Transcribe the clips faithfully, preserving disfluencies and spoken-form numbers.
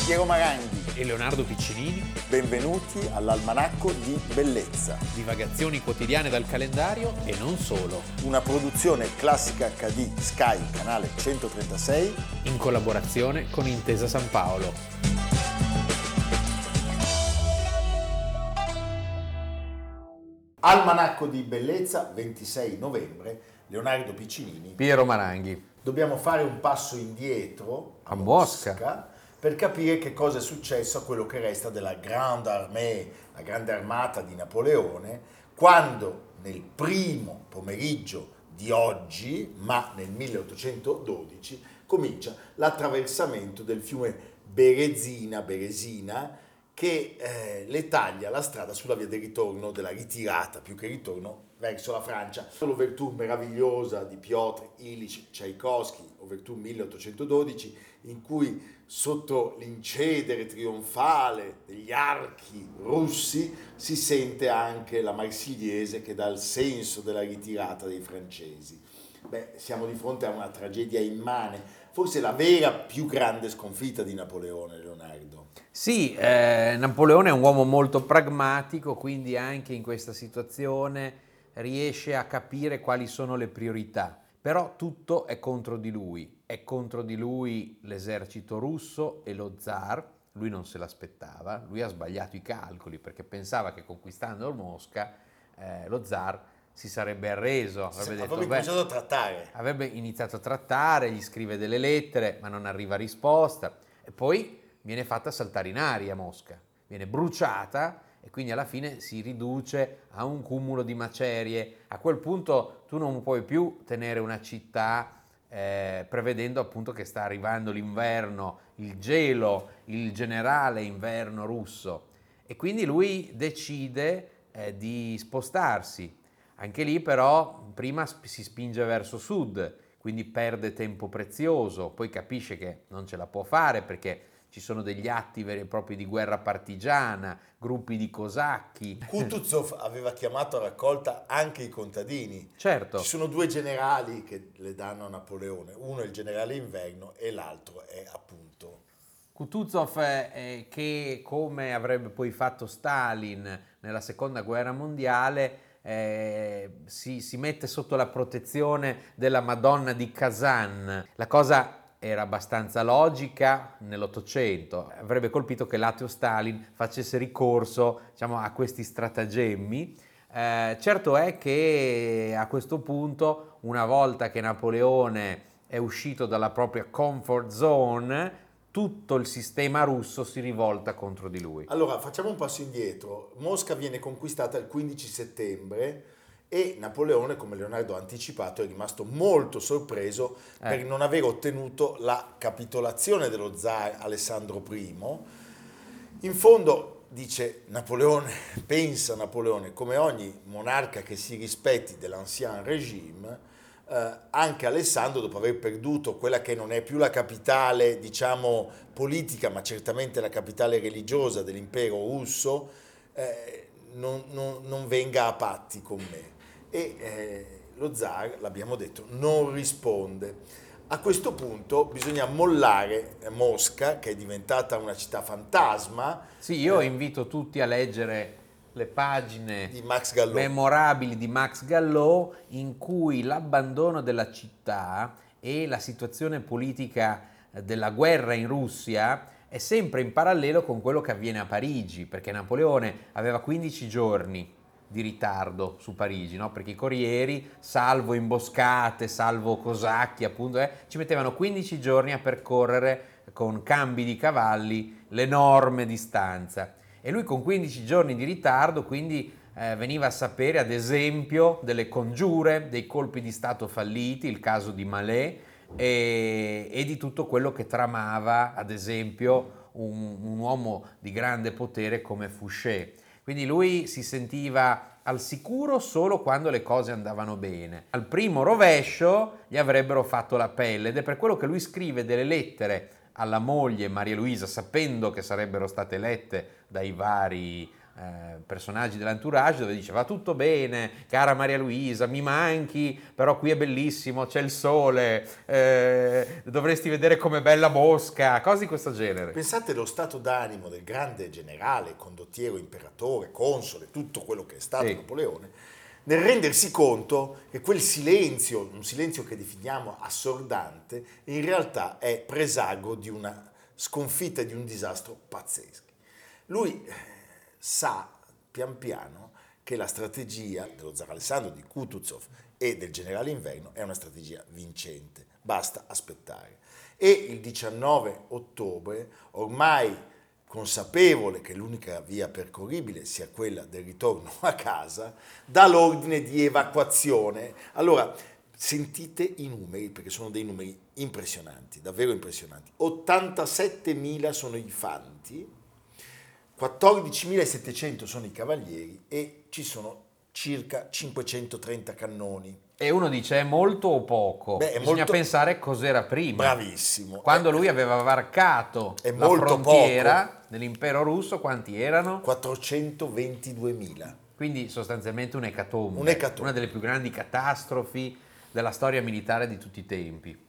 Piero Maranghi e Leonardo Piccinini. Benvenuti all'Almanacco di Bellezza. Divagazioni quotidiane dal calendario e non solo. Una produzione Classica acca di Sky, canale centotrentasei. In collaborazione con Intesa San Paolo. Almanacco di Bellezza, ventisei novembre, Leonardo Piccinini. Piero Maranghi. Dobbiamo fare un passo indietro a, A Mosca. Mosca per capire che cosa è successo a quello che resta della Grande Armée, la grande armata di Napoleone, quando nel primo pomeriggio di oggi, ma nel milleottocentododici, comincia l'attraversamento del fiume Berezina, Beresina, che eh, le taglia la strada sulla via del ritorno, della ritirata, più che ritorno, verso la Francia. L'ouverture meravigliosa di Piotr Ilyich Tchaikovsky, ouverture milleottocentododici, in cui sotto l'incedere trionfale degli archi russi si sente anche la Marsigliese che dà il senso della ritirata dei francesi. Beh, siamo di fronte a una tragedia immane, forse la vera più grande sconfitta di Napoleone, Leonardo. Sì, eh, Napoleone è un uomo molto pragmatico, quindi anche in questa situazione riesce a capire quali sono le priorità, però tutto è contro di lui, è contro di lui l'esercito russo e lo zar. Lui non se l'aspettava, lui ha sbagliato i calcoli perché pensava che conquistando Mosca eh, lo zar si sarebbe arreso, avrebbe detto, avrebbe iniziato a trattare. Avrebbe iniziato a trattare, gli scrive delle lettere, ma non arriva risposta, e poi viene fatta saltare in aria Mosca, viene bruciata e quindi alla fine si riduce a un cumulo di macerie. A quel punto tu non puoi più tenere una città eh, prevedendo appunto che sta arrivando l'inverno, il gelo, il generale inverno russo, e quindi lui decide eh, di spostarsi. Anche lì però prima si spinge verso sud, quindi perde tempo prezioso, poi capisce che non ce la può fare perché ci sono degli atti veri e propri di guerra partigiana, gruppi di cosacchi. Kutuzov aveva chiamato a raccolta anche i contadini. Certo. Ci sono due generali che le danno a Napoleone, uno è il generale Inverno e l'altro è appunto Kutuzov, eh, che come avrebbe poi fatto Stalin nella seconda guerra mondiale, eh, si, si mette sotto la protezione della Madonna di Kazan. La cosa era abbastanza logica nell'Ottocento, avrebbe colpito che l'ateo Stalin facesse ricorso, diciamo, a questi stratagemmi. Eh, certo è che a questo punto, una volta che Napoleone è uscito dalla propria comfort zone, tutto il sistema russo si rivolta contro di lui. Allora, facciamo un passo indietro. Mosca viene conquistata il quindici settembre e Napoleone, come Leonardo ha anticipato, è rimasto molto sorpreso eh. per non aver ottenuto la capitolazione dello zar Alessandro primo. In fondo, dice Napoleone, pensa Napoleone, come ogni monarca che si rispetti dell'ancien régime, eh, anche Alessandro, dopo aver perduto quella che non è più la capitale, diciamo, politica, ma certamente la capitale religiosa dell'impero russo, eh, non, non, non venga a patti con me. E eh, lo zar, l'abbiamo detto, non risponde. A questo punto bisogna mollare Mosca, che è diventata una città fantasma. Sì, io eh, invito tutti a leggere le pagine di Max Gallot. memorabili di Max Gallot, in cui l'abbandono della città e la situazione politica della guerra in Russia è sempre in parallelo con quello che avviene a Parigi, perché Napoleone aveva quindici giorni di ritardo su Parigi, no? Perché i corrieri, salvo imboscate, salvo cosacchi, appunto, eh, ci mettevano quindici giorni a percorrere con cambi di cavalli l'enorme distanza. E lui con quindici giorni di ritardo, quindi eh, veniva a sapere, ad esempio, delle congiure, dei colpi di stato falliti, il caso di Mallet, e, e di tutto quello che tramava, ad esempio, un, un uomo di grande potere come Fouché. Quindi lui si sentiva al sicuro solo quando le cose andavano bene. Al primo rovescio gli avrebbero fatto la pelle, ed è per quello che lui scrive delle lettere alla moglie Maria Luisa, sapendo che sarebbero state lette dai vari eh, personaggi dell'entourage, dove dice va tutto bene, cara Maria Luisa, mi manchi, però qui è bellissimo, c'è il sole, eh, dovresti vedere com'è bella Mosca, cose di questo genere. Pensate allo stato d'animo del grande generale, condottiero, imperatore, console, tutto quello che è stato Sì. Napoleone, nel rendersi conto che quel silenzio, un silenzio che definiamo assordante, in realtà è presago di una sconfitta e di un disastro pazzeschi. Lui sa pian piano che la strategia dello zar Alessandro, di Kutuzov e del generale Inverno è una strategia vincente, basta aspettare. E il diciannove ottobre, ormai consapevole che l'unica via percorribile sia quella del ritorno a casa, dà l'ordine di evacuazione. Allora, sentite i numeri, perché sono dei numeri impressionanti, davvero impressionanti. ottantasettemila sono i fanti, quattordicimilasettecento sono i cavalieri e ci sono circa cinquecentotrenta cannoni. E uno dice è molto o poco? Beh, è Bisogna molto... pensare cos'era prima. Bravissimo. Quando lui aveva varcato è la molto frontiera poco. dell'impero russo, quanti erano? quattrocentoventiduemila. Quindi sostanzialmente un'ecatombe, Un'ecatombe. una delle più grandi catastrofi della storia militare di tutti i tempi.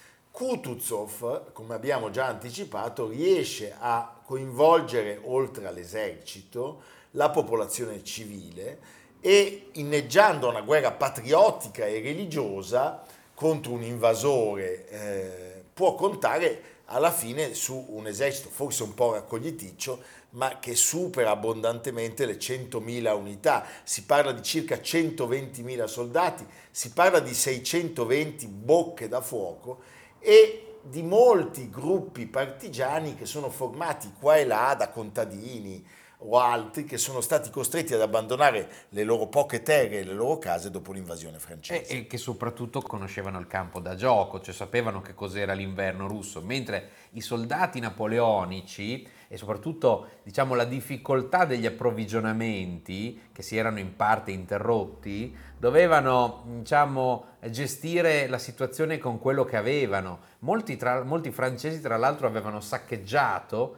Kutuzov, come abbiamo già anticipato, riesce a coinvolgere oltre all'esercito la popolazione civile e, inneggiando una guerra patriottica e religiosa contro un invasore, eh, può contare alla fine su un esercito forse un po' raccogliticcio, ma che supera abbondantemente le centomila unità. Si parla di circa centoventimila soldati, si parla di seicentoventi bocche da fuoco e di molti gruppi partigiani che sono formati qua e là da contadini o altri che sono stati costretti ad abbandonare le loro poche terre e le loro case dopo l'invasione francese. E, e che soprattutto conoscevano il campo da gioco, cioè sapevano che cos'era l'inverno russo, mentre i soldati napoleonici e soprattutto diciamo la difficoltà degli approvvigionamenti che si erano in parte interrotti dovevano diciamo gestire la situazione con quello che avevano. Molti, tra, molti francesi tra l'altro avevano saccheggiato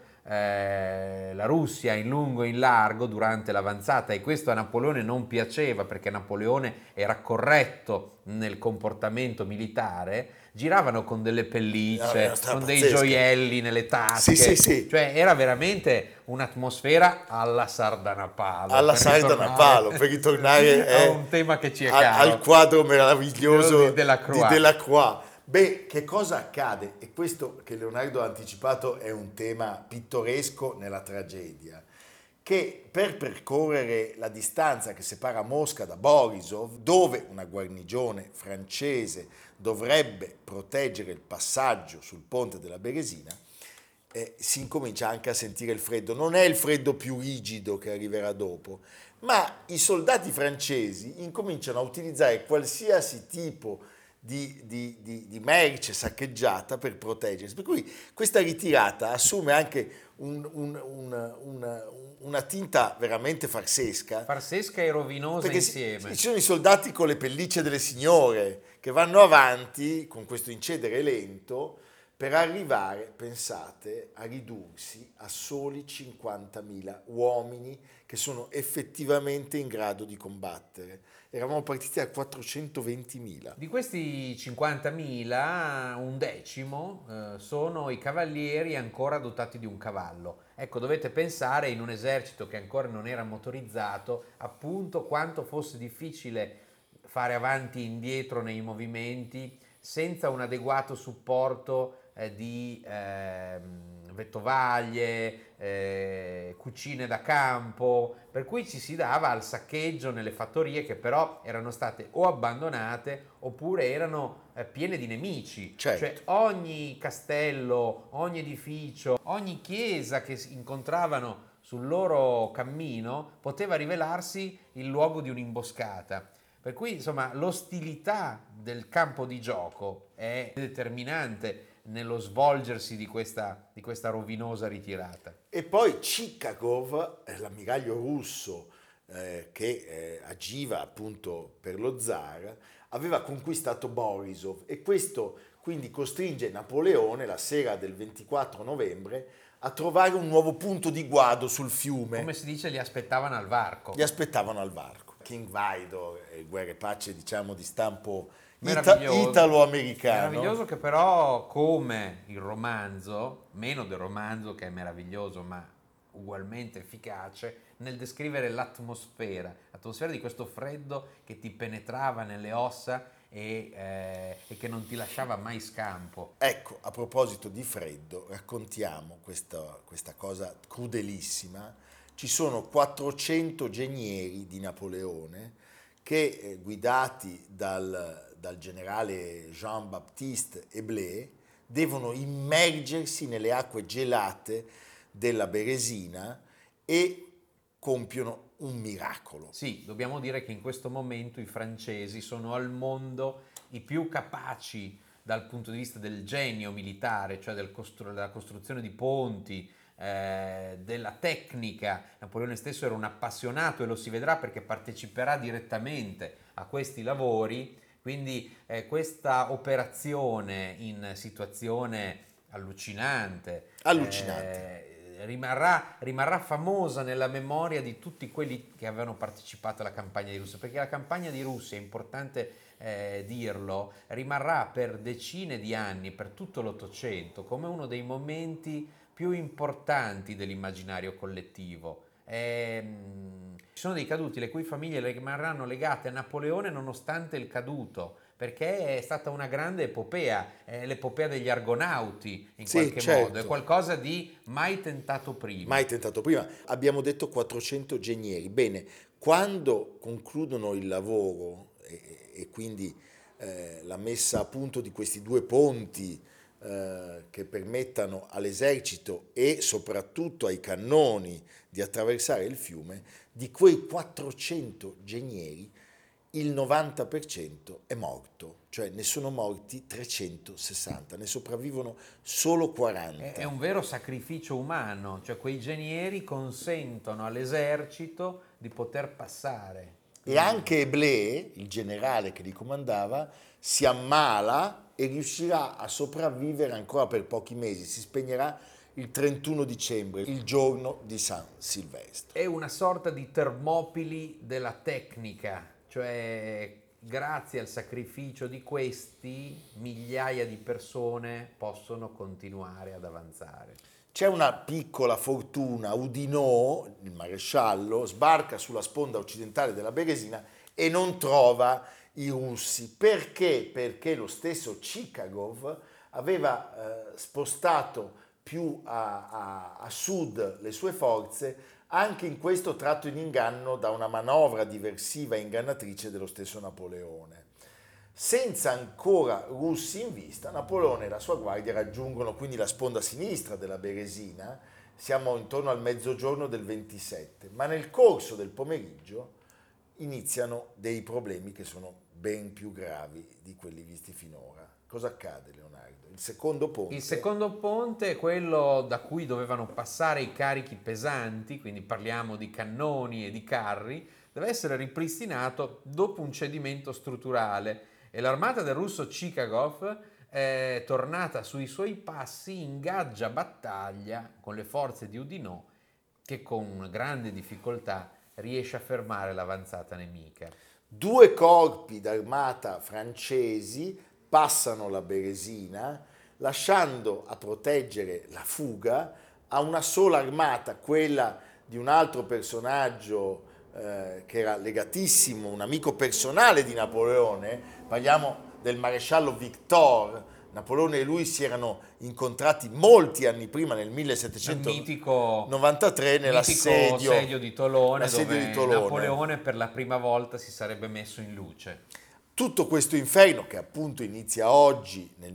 Eh, la Russia in lungo e in largo durante l'avanzata e questo a Napoleone non piaceva perché Napoleone era corretto nel comportamento militare, giravano con delle pellicce, No, con dei pazzesca. gioielli nelle tasche, Sì, sì, sì. cioè era veramente un'atmosfera alla Sardanapalo. Alla per Sardanapalo, ritornare per ritornare a eh, un tema che ci è al, caro. al quadro meraviglioso di Delacroix. di Delacroix. Beh, che cosa accade? E questo che Leonardo ha anticipato è un tema pittoresco nella tragedia, che per percorrere la distanza che separa Mosca da Borisov, dove una guarnigione francese dovrebbe proteggere il passaggio sul ponte della Beresina, eh, si incomincia anche a sentire il freddo. Non è il freddo più rigido che arriverà dopo, ma i soldati francesi incominciano a utilizzare qualsiasi tipo Di, di, di, di merce saccheggiata per proteggersi. Per cui questa ritirata assume anche un, un, un, una, una tinta veramente farsesca. Farsesca e rovinosa Perché insieme. ci sono i soldati con le pellicce delle signore che vanno avanti con questo incedere lento per arrivare, pensate, a ridursi a soli cinquantamila uomini che sono effettivamente in grado di combattere. Eravamo partiti a quattrocentoventimila. Di questi cinquantamila, un decimo eh, sono i cavalieri ancora dotati di un cavallo. Ecco, dovete pensare in un esercito che ancora non era motorizzato, appunto quanto fosse difficile fare avanti e indietro nei movimenti senza un adeguato supporto eh, di eh, vettovaglie, eh, cucine da campo, per cui ci si dava al saccheggio nelle fattorie che però erano state o abbandonate oppure erano eh, piene di nemici. Certo. Cioè ogni castello, ogni edificio, ogni chiesa che si incontravano sul loro cammino poteva rivelarsi il luogo di un'imboscata. Per cui insomma l'ostilità del campo di gioco è determinante nello svolgersi di questa, di questa rovinosa ritirata. E poi Chikagov, l'ammiraglio russo eh, che eh, agiva appunto per lo zar, aveva conquistato Borisov e questo quindi costringe Napoleone la sera del ventiquattro novembre a trovare un nuovo punto di guado sul fiume. Come si dice, li aspettavano al varco. Li aspettavano al varco. King Vidor, e Guerra e Pace, diciamo, di stampo ita- Meraviglioso. italo-americano. Meraviglioso, che però, come il romanzo, meno del romanzo che è meraviglioso ma ugualmente efficace, nel descrivere l'atmosfera, l'atmosfera di questo freddo che ti penetrava nelle ossa e, eh, e che non ti lasciava mai scampo. Ecco, a proposito di freddo, raccontiamo questa, questa cosa crudelissima. Ci sono quattrocento genieri di Napoleone che, eh, guidati dal, dal generale Jean-Baptiste Eblé, devono immergersi nelle acque gelate della Beresina e compiono un miracolo. Sì, dobbiamo dire che in questo momento i francesi sono al mondo i più capaci dal punto di vista del genio militare, cioè del costru- della costruzione di ponti, eh, della tecnica. Napoleone stesso era un appassionato e lo si vedrà perché parteciperà direttamente a questi lavori, quindi eh, questa operazione in situazione allucinante, Allucinante. eh, Rimarrà, rimarrà famosa nella memoria di tutti quelli che avevano partecipato alla campagna di Russia, perché la campagna di Russia, è importante eh, dirlo, rimarrà per decine di anni, per tutto l'Ottocento, come uno dei momenti più importanti dell'immaginario collettivo. Ehm, ci sono dei caduti le cui famiglie rimarranno legate a Napoleone nonostante il caduto, perché è stata una grande epopea, è l'epopea degli Argonauti in Sì, qualche certo. modo, è qualcosa di mai tentato prima. Mai tentato prima. Abbiamo detto quattrocento genieri. Bene, quando concludono il lavoro e, e quindi eh, la messa a punto di questi due ponti eh, che permettano all'esercito e soprattutto ai cannoni di attraversare il fiume, di quei quattrocento genieri il novanta per cento è morto, cioè ne sono morti trecentosessanta, ne sopravvivono solo quaranta. È, è un vero sacrificio umano, cioè quei genieri consentono all'esercito di poter passare. E anche Eblé, il generale che li comandava, si ammala e riuscirà a sopravvivere ancora per pochi mesi, si spegnerà il trentuno dicembre, il giorno di San Silvestro. È una sorta di Termopili della tecnica, cioè grazie al sacrificio di questi migliaia di persone possono continuare ad avanzare. C'è una piccola fortuna, Oudinot, il maresciallo, sbarca sulla sponda occidentale della Beresina e non trova i russi. Perché? Perché lo stesso Chikagov aveva eh, spostato più a, a, a sud le sue forze, anche in questo tratto in inganno da una manovra diversiva e ingannatrice dello stesso Napoleone. Senza ancora russi in vista, Napoleone e la sua guardia raggiungono quindi la sponda sinistra della Beresina, siamo intorno al mezzogiorno del ventisette, ma nel corso del pomeriggio iniziano dei problemi che sono ben più gravi di quelli visti finora. Cosa accade, Leonardo? Il secondo ponte... Il secondo ponte è quello da cui dovevano passare i carichi pesanti, quindi parliamo di cannoni e di carri, deve essere ripristinato dopo un cedimento strutturale e l'armata del russo Chikagov è tornata sui suoi passi, ingaggia battaglia con le forze di Oudinot che con grande difficoltà riesce a fermare l'avanzata nemica. Due corpi d'armata francesi passano la Beresina, lasciando a proteggere la fuga a una sola armata, quella di un altro personaggio eh, che era legatissimo, un amico personale di Napoleone, parliamo del maresciallo Victor. Napoleone e lui si erano incontrati molti anni prima, nel millesettecentonovantatré, nell'assedio assedio di Tolone, l'assedio dove di Tolone. Napoleone per la prima volta si sarebbe messo in luce. Tutto questo inferno, che appunto inizia oggi, nel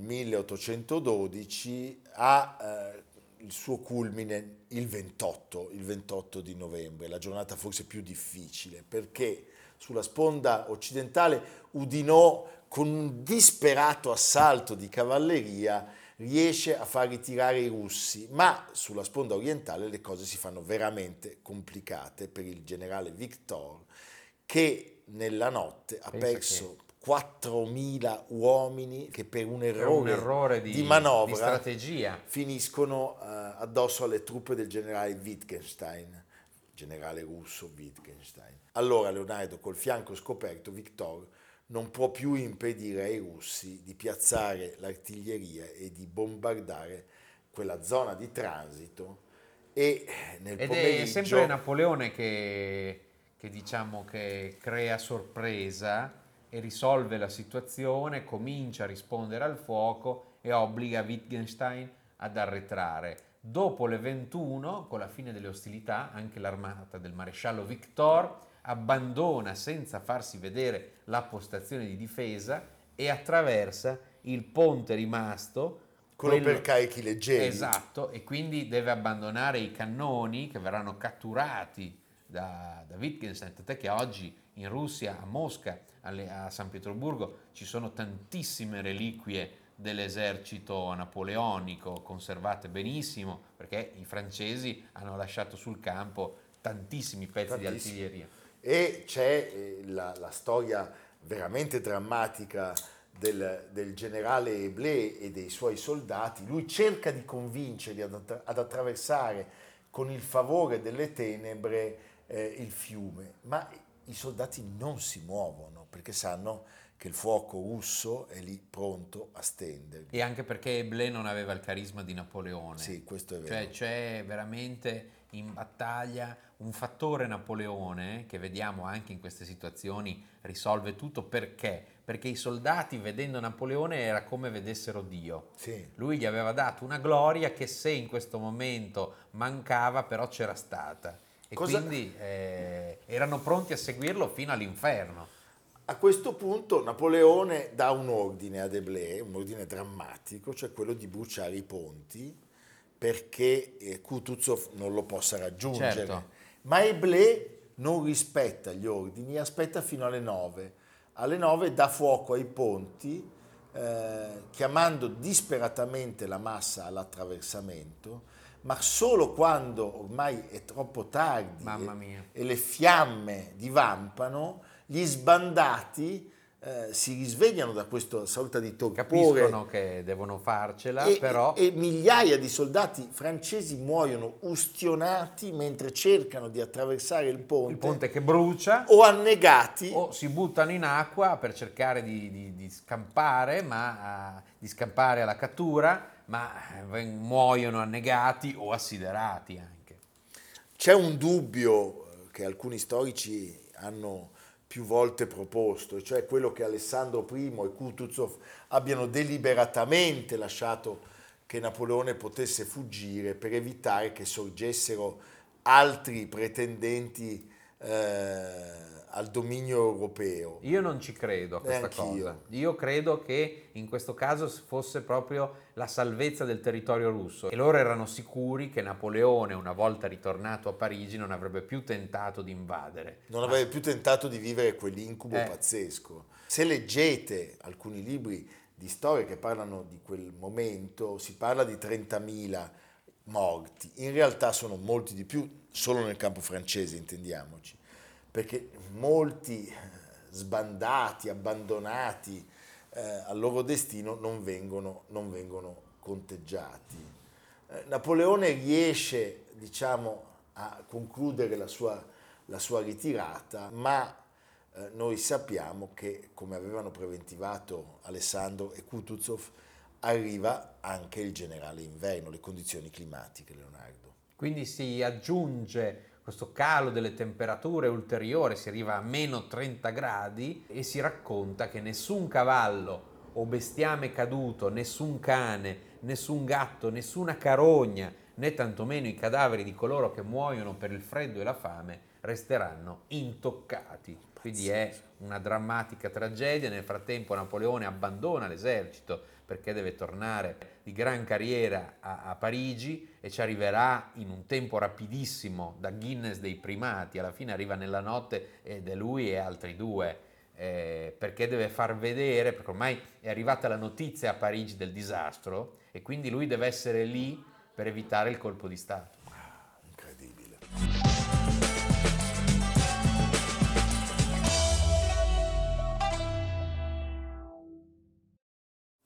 milleottocentododici, ha eh, il suo culmine il ventotto, il ventotto di novembre, la giornata forse più difficile, perché sulla sponda occidentale Oudinot, con un disperato assalto di cavalleria, riesce a far ritirare i russi, ma sulla sponda orientale le cose si fanno veramente complicate per il generale Victor, che nella notte ha Pensa perso che... quattromila uomini che per un Per errore, un errore di, di manovra di strategia finiscono uh, addosso alle truppe del generale Wittgenstein, generale russo Wittgenstein. Allora Leonardo, col fianco scoperto, Victor non può più impedire ai russi di piazzare l'artiglieria e di bombardare quella zona di transito, e nel ed pomeriggio... è sempre Napoleone che, che diciamo che crea sorpresa e risolve la situazione, comincia a rispondere al fuoco e obbliga Wittgenstein ad arretrare. Dopo le ventuno, con la fine delle ostilità, anche l'armata del maresciallo Victor abbandona senza farsi vedere la postazione di difesa e attraversa il ponte rimasto, quello quello- per carichi leggeri. Esatto, e quindi deve abbandonare i cannoni che verranno catturati da, da Wittgenstein, tant'è che oggi in Russia, a Mosca, alle- a San Pietroburgo, ci sono tantissime reliquie dell'esercito napoleonico conservate benissimo, perché i francesi hanno lasciato sul campo tantissimi pezzi di Tantissimi. artiglieria. E c'è eh, la, la storia veramente drammatica del, del generale Eblé e dei suoi soldati. Lui cerca di convincerli ad, attra- ad attraversare con il favore delle tenebre eh, il fiume, ma i soldati non si muovono perché sanno che il fuoco russo è lì pronto a stenderli. E anche perché Eblé non aveva il carisma di Napoleone. Sì, questo è vero. Cioè c'è veramente in battaglia un fattore Napoleone che vediamo anche in queste situazioni risolve tutto. Perché? Perché i soldati, vedendo Napoleone, era come vedessero Dio. Sì. Lui gli aveva dato una gloria che, se in questo momento mancava, però c'era stata. E Cosa- quindi eh, erano pronti a seguirlo fino all'inferno. A questo punto Napoleone dà un ordine ad Eblé, un ordine drammatico, cioè quello di bruciare i ponti perché eh, Kutuzov non lo possa raggiungere. Certo. Ma Eblé non rispetta gli ordini, aspetta fino alle nove. Alle nove dà fuoco ai ponti, eh, chiamando disperatamente la massa all'attraversamento, ma solo quando ormai è troppo tardi Mamma e- mia. e le fiamme divampano, gli sbandati eh, si risvegliano da questa sorta di torpore. Capiscono che devono farcela, E, però... e migliaia di soldati francesi muoiono ustionati mentre cercano di attraversare il ponte, il ponte che brucia, o annegati. o si buttano in acqua per cercare di, di- di scampare, ma di scampare alla cattura, ma eh, muoiono annegati o assiderati anche. C'è un dubbio eh, che alcuni storici hanno più volte proposto, cioè quello che Alessandro primo e Kutuzov abbiano deliberatamente lasciato che Napoleone potesse fuggire per evitare che sorgessero altri pretendenti eh, al dominio europeo. Io non ci credo a questa Neanch'io. cosa. Io credo che in questo caso fosse proprio la salvezza del territorio russo, e loro erano sicuri che Napoleone, una volta ritornato a Parigi, non avrebbe più tentato di invadere. Non avrebbe più tentato di vivere quell'incubo Eh. pazzesco. Se leggete alcuni libri di storia che parlano di quel momento, si parla di trentamila morti. In realtà sono molti di più, solo nel campo francese, intendiamoci, perché molti eh, sbandati, abbandonati eh, al loro destino non vengono, non vengono conteggiati. Eh, Napoleone riesce, diciamo, a concludere la sua, la sua ritirata, ma eh, noi sappiamo che, come avevano preventivato Alessandro e Kutuzov, arriva anche il generale inverno, le condizioni climatiche, Leonardo. Quindi si aggiunge questo calo delle temperature ulteriore, si arriva a meno trenta gradi, e si racconta che nessun cavallo o bestiame caduto, nessun cane, nessun gatto, nessuna carogna, né tantomeno i cadaveri di coloro che muoiono per il freddo e la fame resteranno intoccati. Quindi è una drammatica tragedia. Nel frattempo Napoleone abbandona l'esercito perché deve tornare di gran carriera a, a Parigi, e ci arriverà in un tempo rapidissimo, da Guinness dei primati. Alla fine arriva nella notte ed è lui e altri due, eh, perché deve far vedere, perché ormai è arrivata la notizia a Parigi del disastro, e quindi lui deve essere lì per evitare il colpo di Stato. Incredibile.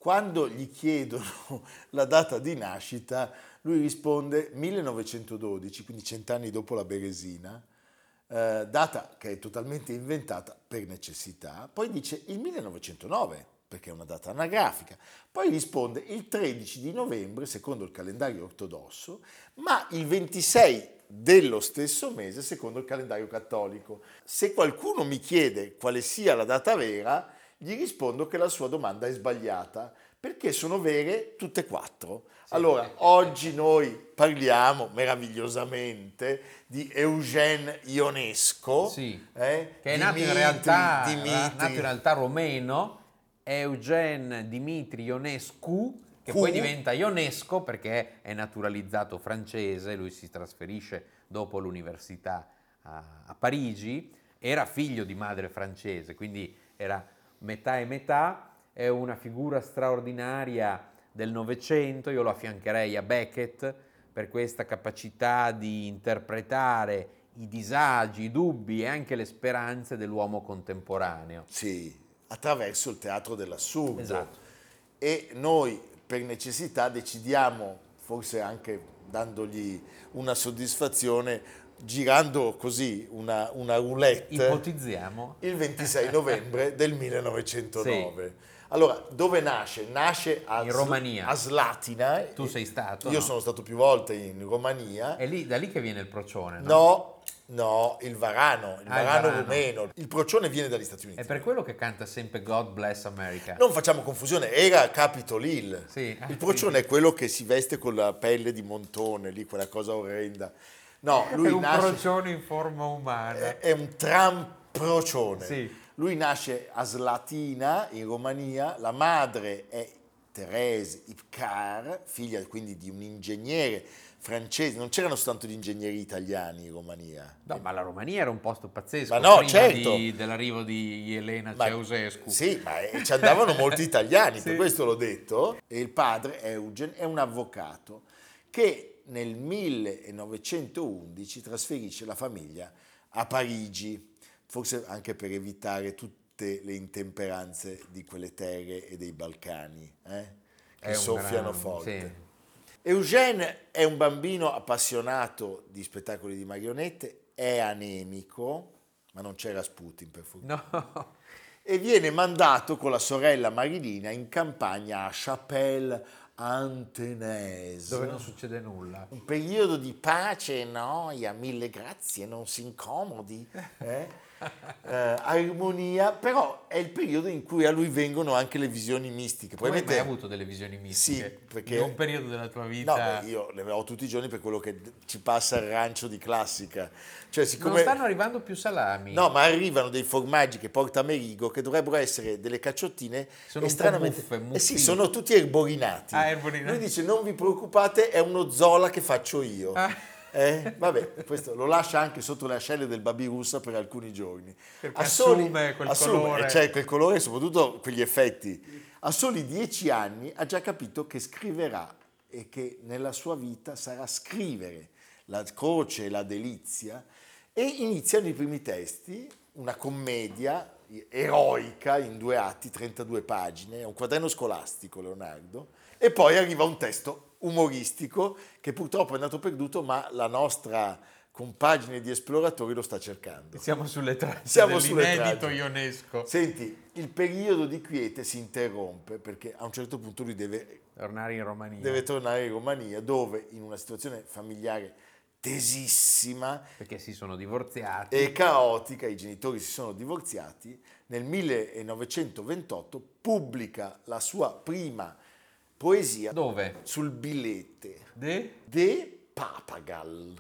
quando gli chiedono la data di nascita, lui risponde millenovecentododici, quindi cent'anni dopo la Beresina, eh, data che è totalmente inventata per necessità. Poi dice il millenovecentonove, perché è una data anagrafica. Poi risponde il tredici di novembre, secondo il calendario ortodosso, ma il ventisei dello stesso mese, secondo il calendario cattolico. Se qualcuno mi chiede quale sia la data vera, gli rispondo che la sua domanda è sbagliata, perché sono vere tutte e quattro. Sì. Allora, oggi noi parliamo meravigliosamente di Eugen Ionesco, sì, eh, che è nato in, realtà, nato in realtà romeno, Eugen Dimitri Ionescu, che Q. poi diventa Ionesco perché è naturalizzato francese, lui si trasferisce dopo l'università a, a Parigi, era figlio di madre francese, quindi era metà e metà, è una figura straordinaria del Novecento, io lo affiancherei a Beckett per questa capacità di interpretare i disagi, i dubbi e anche le speranze dell'uomo contemporaneo. Sì, attraverso il teatro dell'assurdo. Esatto. E noi per necessità decidiamo, forse anche dandogli una soddisfazione, girando così una, una roulette, ipotizziamo, il ventisei novembre del millenovecentonove. Sì. Allora, dove nasce? Nasce a, in Romania. a Slatina. Tu sei stato? Io no? sono stato più volte in Romania. È lì, da lì che viene il procione, no? No, no, il varano, il ah, varano il varano rumeno. Il procione viene dagli Stati Uniti. È per quello che canta sempre God Bless America. Non facciamo confusione, era Capitol Hill. Sì. Il procione sì. È quello che si veste con la pelle di montone, lì, quella cosa orrenda. No, lui è un nasce, procione in forma umana. È, è un tramprocione. Sì. Lui nasce a Slatina, in Romania. La madre è Thérèse Ipcar, figlia quindi di un ingegnere francese. Non c'erano soltanto gli ingegneri italiani in Romania. No, ma la Romania era un posto pazzesco. Ma no, prima certo. di, dell'arrivo di Elena ma, Ceausescu. Sì, ma ci andavano molti italiani, sì. Per questo l'ho detto. E il padre, Eugen, è un avvocato che nel millenovecentoundici trasferisce la famiglia a Parigi, forse anche per evitare tutte le intemperanze di quelle terre e dei Balcani, eh, che è soffiano gran... forte. Sì. Eugène è un bambino appassionato di spettacoli di marionette, è anemico, ma non c'era Rasputin per fortuna. No. E viene mandato con la sorella Marilina in campagna a Chapelle-Anthonnaise, dove non succede nulla. Un periodo di pace e noia, mille grazie, non si incomodi, eh? eh, armonia, però è il periodo in cui a lui vengono anche le visioni mistiche. Tu hai mai avuto delle visioni mistiche? Sì, perché in un periodo della tua vita? No, beh, io le ho tutti i giorni per quello che ci passa il rancio di classica. Cioè, siccome... Non stanno arrivando più salami. No, ma arrivano dei formaggi che porta Merigo, che dovrebbero essere delle cacciottine sono estranamente... un po' buffe, eh sì, sono tutti erborinati. Ah, erborinati. Lui dice, non vi preoccupate, è uno Zola che faccio io. Ah. Eh, vabbè, questo lo lascia anche sotto le ascelle del Babirussa per alcuni giorni. Perché a soli, assume quel assume, colore. Cioè, quel colore e soprattutto quegli effetti. A soli dieci anni ha già capito che scriverà e che nella sua vita sarà scrivere la croce e la delizia, e iniziano i primi testi, una commedia eroica in due atti, trentadue pagine, è un quaderno scolastico Leonardo, e poi arriva un testo umoristico che purtroppo è andato perduto, ma la nostra compagine di esploratori lo sta cercando. Siamo sulle tracce Siamo dell'inedito Ionesco. Senti, il periodo di quiete si interrompe perché a un certo punto lui deve tornare in Romania. Deve tornare in Romania, dove in una situazione familiare tesissima, perché si sono divorziati, e caotica, i genitori si sono divorziati, nel millenovecentoventotto pubblica la sua prima poesia. Dove? Sul Billete de, de Papagal.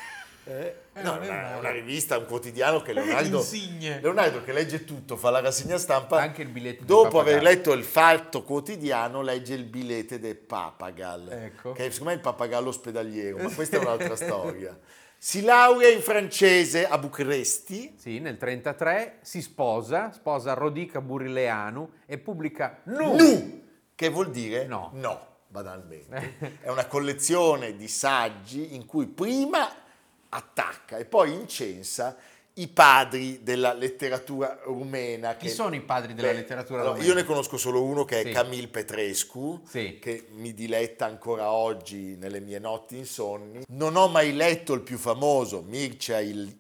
Eh, no, è una, una rivista, un quotidiano che Leonardo, Leonardo che legge tutto, fa la rassegna stampa, anche il biglietto dopo aver letto il Fatto Quotidiano legge il Billete de Papagal, ecco. Che secondo me è il pappagallo ospedaliero, ma questa è un'altra storia. Si laurea in francese a Bucaresti. Sì, nel trentatré si sposa, sposa Rodica Burileanu e pubblica Nu, nu che vuol dire no, no banalmente. È una collezione di saggi in cui prima attacca e poi incensa i padri della letteratura rumena. Chi che, sono i padri della beh, letteratura allora, rumena? io ne conosco solo uno che è Sì. Camille Petrescu, Sì. che mi diletta ancora oggi nelle mie notti insonni. Non ho mai letto il più famoso, Mircea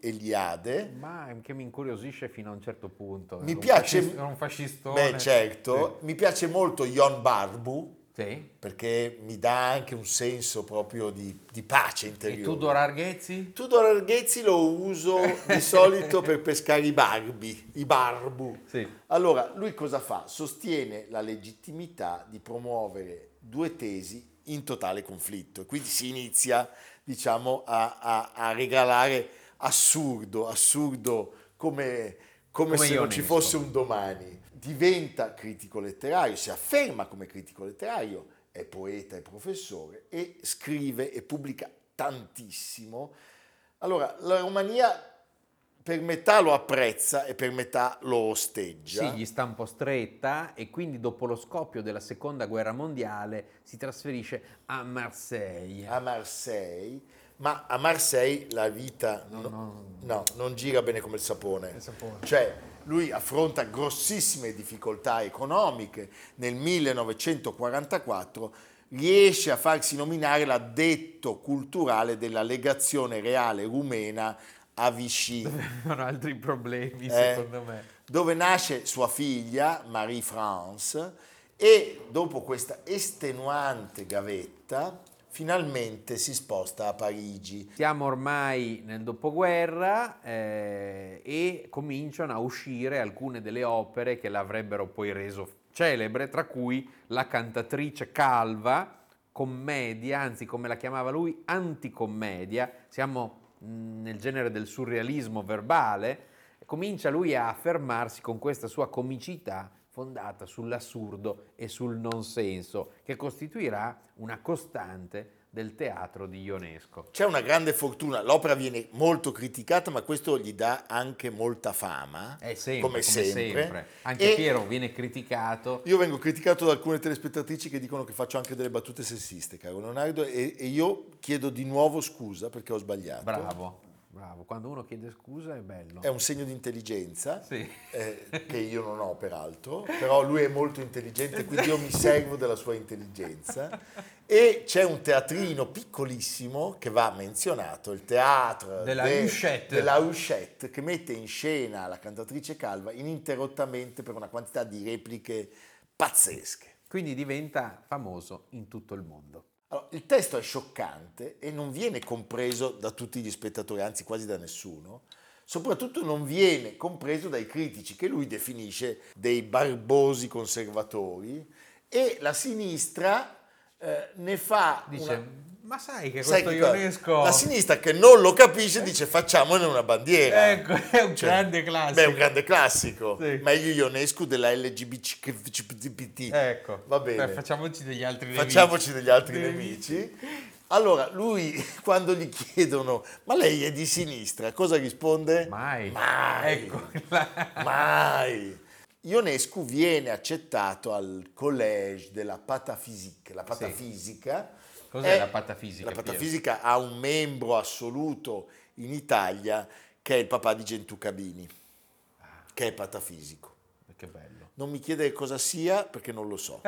Eliade. Ma che mi incuriosisce fino a un certo punto. Mi Era un piace, fascist- era un fascistone. beh certo, mi piace molto Ion Barbu, Sì. perché mi dà anche un senso proprio di, di pace E interiore. Tudor Arghezi? Tudor Arghezi lo uso di solito per pescare i barbi, i barbu. Sì. Allora, lui cosa fa? Sostiene la legittimità di promuovere due tesi in totale conflitto. Quindi si inizia, diciamo, a, a, a regalare assurdo, assurdo come, come, Come se non Ionesco. ci fosse un domani. Diventa critico letterario, si afferma come critico letterario, è poeta e professore e scrive e pubblica tantissimo. Allora, la Romania per metà lo apprezza e per metà lo osteggia. Sì, gli sta un po' stretta e quindi dopo lo scoppio della seconda guerra mondiale si trasferisce a Marseille. A Marseille, ma a Marseille la vita No, no, no. no, non gira bene come il sapone. Il sapone. Cioè, lui affronta grossissime difficoltà economiche. Nel millenovecentoquarantaquattro riesce a farsi nominare l'addetto culturale della legazione reale rumena a Vichy, Avevano altri problemi, Eh, secondo me. dove nasce sua figlia Marie-France e dopo questa estenuante gavetta finalmente si sposta a Parigi. Siamo ormai nel dopoguerra eh, e cominciano a uscire alcune delle opere che l'avrebbero poi reso celebre, tra cui La cantatrice calva, commedia, anzi come la chiamava lui, anticommedia. Siamo mh, nel genere del surrealismo verbale. Comincia lui a affermarsi con questa sua comicità fondata sull'assurdo e sul non senso, che costituirà una costante del teatro di Ionesco. C'è una grande fortuna, l'opera viene molto criticata, ma questo gli dà anche molta fama, È sempre, come, sempre. Anche E Piero viene criticato. io vengo criticato da alcune telespettatrici che dicono che faccio anche delle battute sessiste, caro Leonardo, e, e io chiedo di nuovo scusa perché ho sbagliato. Bravo, bravo. Quando uno chiede scusa è bello. È un segno di intelligenza, Sì. eh, che io non ho peraltro, però lui è molto intelligente, quindi io mi servo della sua intelligenza. E c'è un teatrino piccolissimo che va menzionato, il teatro Della de- Huchette. della Huchette, che mette in scena la cantatrice calva ininterrottamente per una quantità di repliche pazzesche. Quindi diventa famoso in tutto il mondo. Allora, il testo è scioccante e non viene compreso da tutti gli spettatori, anzi quasi da nessuno. Soprattutto non viene compreso dai critici, che lui definisce dei barbosi conservatori, e la sinistra eh, ne fa Dice, una... ma sai che Sai questo che cosa? Ionesco... La sinistra che non lo capisce dice facciamone una bandiera. Ecco, è un Cioè, grande classico. Beh, è un grande classico. Sì. Meglio Ionesco della L G B T. Ecco, Va bene. Beh, facciamoci degli altri nemici. Facciamoci degli altri Dei nemici. Allora, lui, quando gli chiedono, ma lei è di sinistra, cosa risponde? Mai. Mai. Ecco. Mai. Ionescu viene accettato al collège della patafisica. La patafisica. Cos'è è- la patafisica, La Piero? patafisica ha un membro assoluto in Italia che è il papà di Gentù Cabini, che è patafisico. Che bello. Non mi chiedere cosa sia perché non lo so,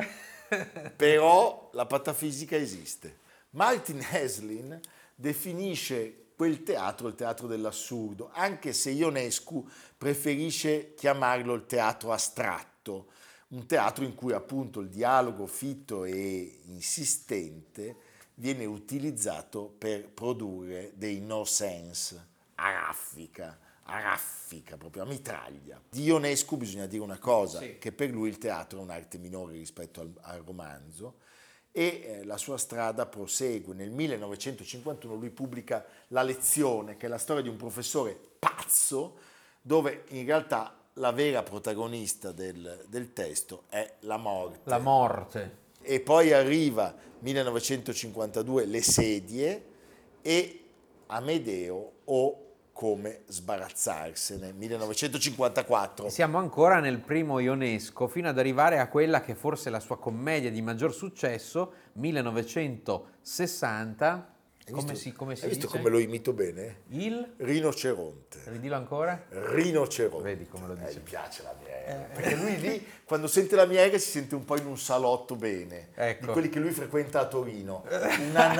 però la patafisica esiste. Martin Heslin definisce quel teatro il teatro dell'assurdo, anche se Ionescu preferisce chiamarlo il teatro astratto, un teatro in cui appunto il dialogo fitto e insistente viene utilizzato per produrre dei no sense a raffica, a raffica, proprio a mitraglia. Di Ionescu bisogna dire una cosa, Sì. che per lui il teatro è un'arte minore rispetto al, al romanzo, e eh, la sua strada prosegue. Nel millenovecentocinquantuno lui pubblica La lezione, che è la storia di un professore pazzo, dove in realtà la vera protagonista del, del testo è la morte. La morte. E poi arriva millenovecentocinquantadue Le sedie e Amedeo o Come sbarazzarsene, millenovecentocinquantaquattro. Siamo ancora nel primo Ionesco, fino ad arrivare a quella che forse è la sua commedia di maggior successo, millenovecentosessanta, Hai Come visto, si, come si hai visto dice? come lo imito bene? Il? Rinoceronte. Ridillo ancora? Rinoceronte. Vedi come lo Eh, dice. gli piace la miele. Perché lui lì, quando sente la miele, si sente un po' in un salotto bene. Ecco. Di quelli che lui frequenta a Torino. Una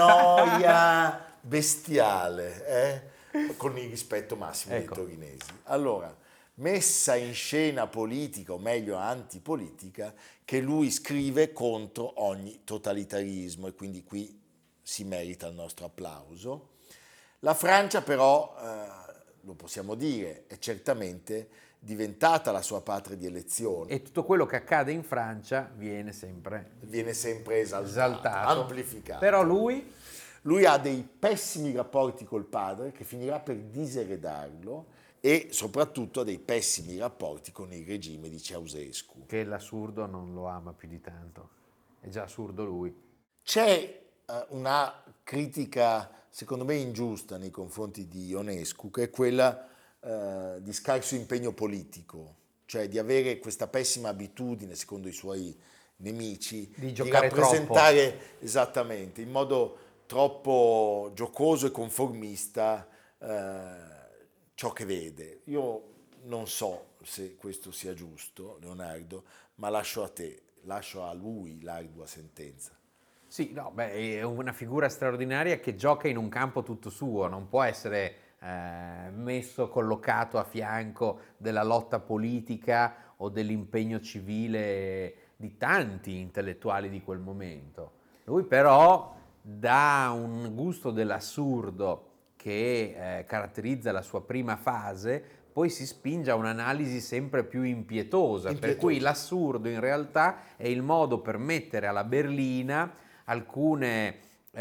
noia bestiale, eh? Con il rispetto massimo Ecco. dei torinesi. Allora, messa in scena politica, o meglio antipolitica, che lui scrive contro ogni totalitarismo, e quindi qui si merita il nostro applauso. La Francia però, eh, lo possiamo dire, è certamente diventata la sua patria di elezione. E tutto quello che accade in Francia viene sempre Viene sempre esaltato, esaltato. amplificato. Però lui, Lui ha dei pessimi rapporti col padre che finirà per diseredarlo, e soprattutto ha dei pessimi rapporti con il regime di Ceausescu. che l'assurdo non lo ama più di tanto, è già assurdo lui. C'è eh, una critica, secondo me ingiusta, nei confronti di Ionescu, che è quella eh, di scarso impegno politico, cioè di avere questa pessima abitudine, secondo i suoi nemici, Di giocare rappresentare esattamente in modo troppo giocoso e conformista eh, ciò che vede. Io non so se questo sia giusto, Leonardo, ma lascio a te, lascio a lui l'ardua sentenza. Sì, no, beh, è una figura straordinaria che gioca in un campo tutto suo, non può essere eh, messo, collocato a fianco della lotta politica o dell'impegno civile di tanti intellettuali di quel momento. Lui però dà un gusto dell'assurdo che eh, caratterizza la sua prima fase, poi si spinge a un'analisi sempre più impietosa, per Impietosa. cui l'assurdo in realtà è il modo per mettere alla berlina alcune,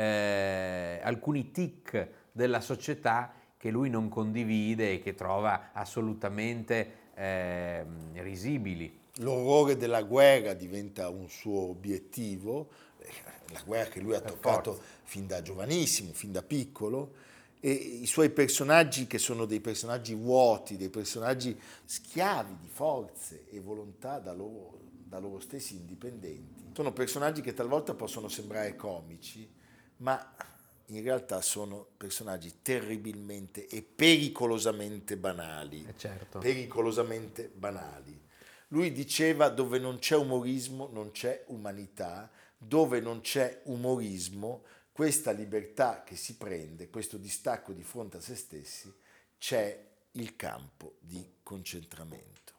eh, alcuni tic della società che lui non condivide e che trova assolutamente eh, risibili. L'orrore della guerra diventa un suo obiettivo, la guerra che lui ha toccato fin da giovanissimo, fin da piccolo, e i suoi personaggi, che sono dei personaggi vuoti, dei personaggi schiavi di forze e volontà da loro, da loro stessi indipendenti, sono personaggi che talvolta possono sembrare comici, ma in realtà sono personaggi terribilmente e pericolosamente banali. Eh certo. Pericolosamente banali. Lui diceva: dove non c'è umorismo non c'è umanità, dove non c'è umorismo, questa libertà che si prende, questo distacco di fronte a se stessi, c'è il campo di concentramento.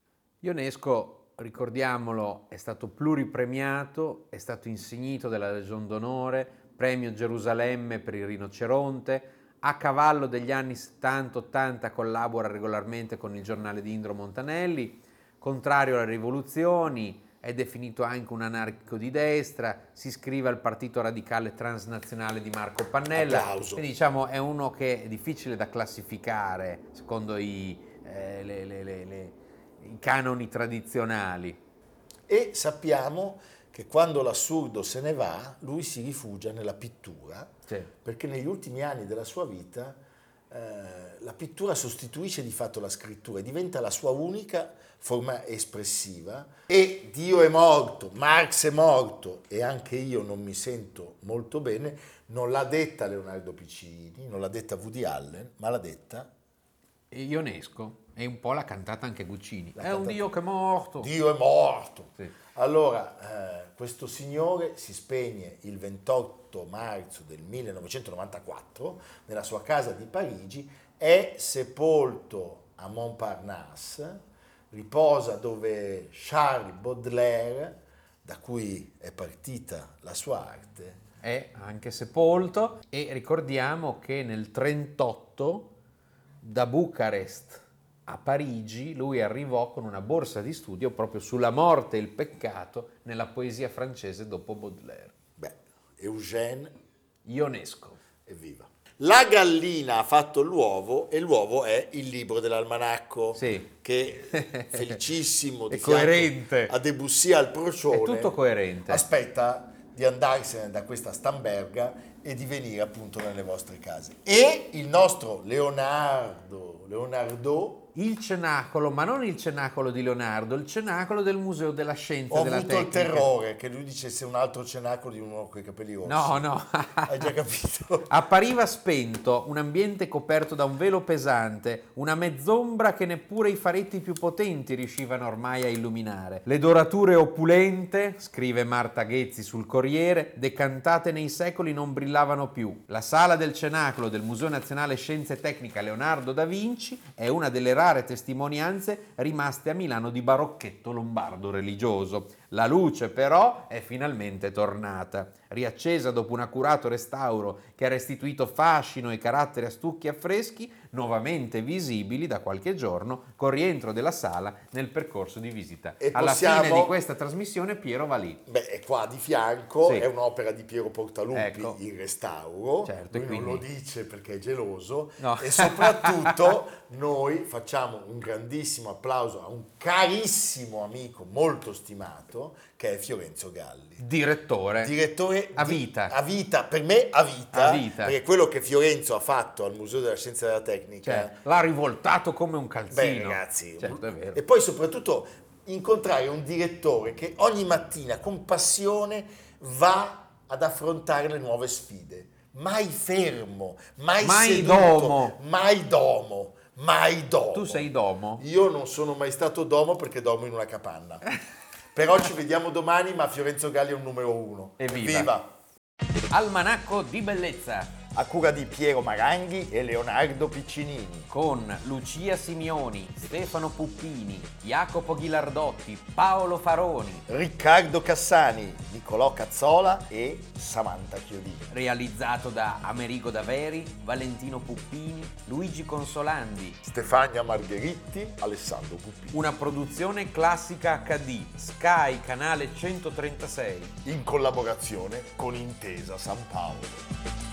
Ionesco, ricordiamolo, è stato pluripremiato, è stato insignito della Legion d'Onore, premio Gerusalemme per il Rinoceronte, a cavallo degli anni settanta ottanta collabora regolarmente con il giornale di Indro Montanelli, contrario alle rivoluzioni, è definito anche un anarchico di destra, si iscrive al Partito Radicale Transnazionale di Marco Pannella. Applauso. Quindi diciamo è uno che è difficile da classificare secondo i, eh, le, le, le, le, i canoni tradizionali. E sappiamo che quando l'assurdo se ne va, lui si rifugia nella pittura, Sì. perché negli ultimi anni della sua vita eh, la pittura sostituisce di fatto la scrittura e diventa la sua unica forma espressiva. E Dio è morto, Marx è morto, e anche io non mi sento molto bene, non l'ha detta Leonardo Piccini, non l'ha detta Woody Allen, ma l'ha detta E Ionesco, e un po' l'ha cantata anche Guccini. L'ha È un cantata- Dio che è morto. Dio è morto. Sì. Allora, eh, questo signore si spegne il ventotto marzo del millenovecentonovantaquattro nella sua casa di Parigi, è sepolto a Montparnasse, riposa dove Charles Baudelaire, da cui è partita la sua arte, È anche sepolto, e ricordiamo che nel trentotto da Bucarest a Parigi lui arrivò con una borsa di studio proprio sulla morte e il peccato nella poesia francese dopo Baudelaire. beh, Eugène, Ionesco. evviva. La gallina ha fatto l'uovo e l'uovo è il libro dell'almanacco, Sì. che felicissimo di È fianco coerente. a Debussy al procione, È tutto coerente. aspetta di andarsene da questa Stamberga e di venire appunto nelle vostre case. E il nostro Leonardo, Leonardo il cenacolo, ma non il cenacolo di Leonardo, il cenacolo del Museo della Scienza Ho e della avuto il Tecnica. terrore che lui dicesse un altro cenacolo di uno con i capelli rossi. No, no. Hai già capito? Appariva spento, un ambiente coperto da un velo pesante, una mezz'ombra che neppure i faretti più potenti riuscivano ormai a illuminare. Le dorature opulente, scrive Marta Ghezzi sul Corriere, decantate nei secoli non brillavano più. La sala del cenacolo del Museo Nazionale Scienze e Tecnica Leonardo da Vinci è una delle rare testimonianze rimaste a Milano di barocchetto lombardo religioso. La luce però è finalmente tornata. Riaccesa dopo un accurato restauro che ha restituito fascino e carattere a stucchi e affreschi, nuovamente visibili da qualche giorno col rientro della sala nel percorso di visita. E Alla possiamo- fine di questa trasmissione Piero va lì. Beh, è qua di fianco, Sì. è un'opera di Piero Portaluppi, Ecco. in restauro. Certo, e Lui non quindi- lo dice perché è geloso. No. E soprattutto noi facciamo un grandissimo applauso a un carissimo amico molto stimato che è Fiorenzo Galli. Direttore. Direttore A di- vita. a vita, per me a vita, A vita. perché quello che Fiorenzo ha fatto al Museo della Scienza e della Tecnica, Cioè, l'ha rivoltato come un calzino. beh ragazzi, Certo, è vero. e poi soprattutto incontrare un direttore che ogni mattina con passione va ad affrontare le nuove sfide, mai fermo, mai, Mai seduto, domo. mai domo, mai domo. Tu sei domo? Io non sono mai stato domo perché dormo in una capanna. Però ci vediamo domani, ma Fiorenzo Galli è un numero uno. Evviva. Almanacco di bellezza A cura di Piero Maranghi e Leonardo Piccinini. con Lucia Simioni, Stefano Puppini, Jacopo Ghilardotti, Paolo Faroni, Riccardo Cassani, Nicolò Cazzola e Samantha Chiodini. realizzato da Amerigo Daveri, Valentino Puppini, Luigi Consolandi. Stefania Margheritti, Alessandro Puppini. Una produzione Classica acca di, Sky canale centotrentasei. In collaborazione con Intesa San Paolo.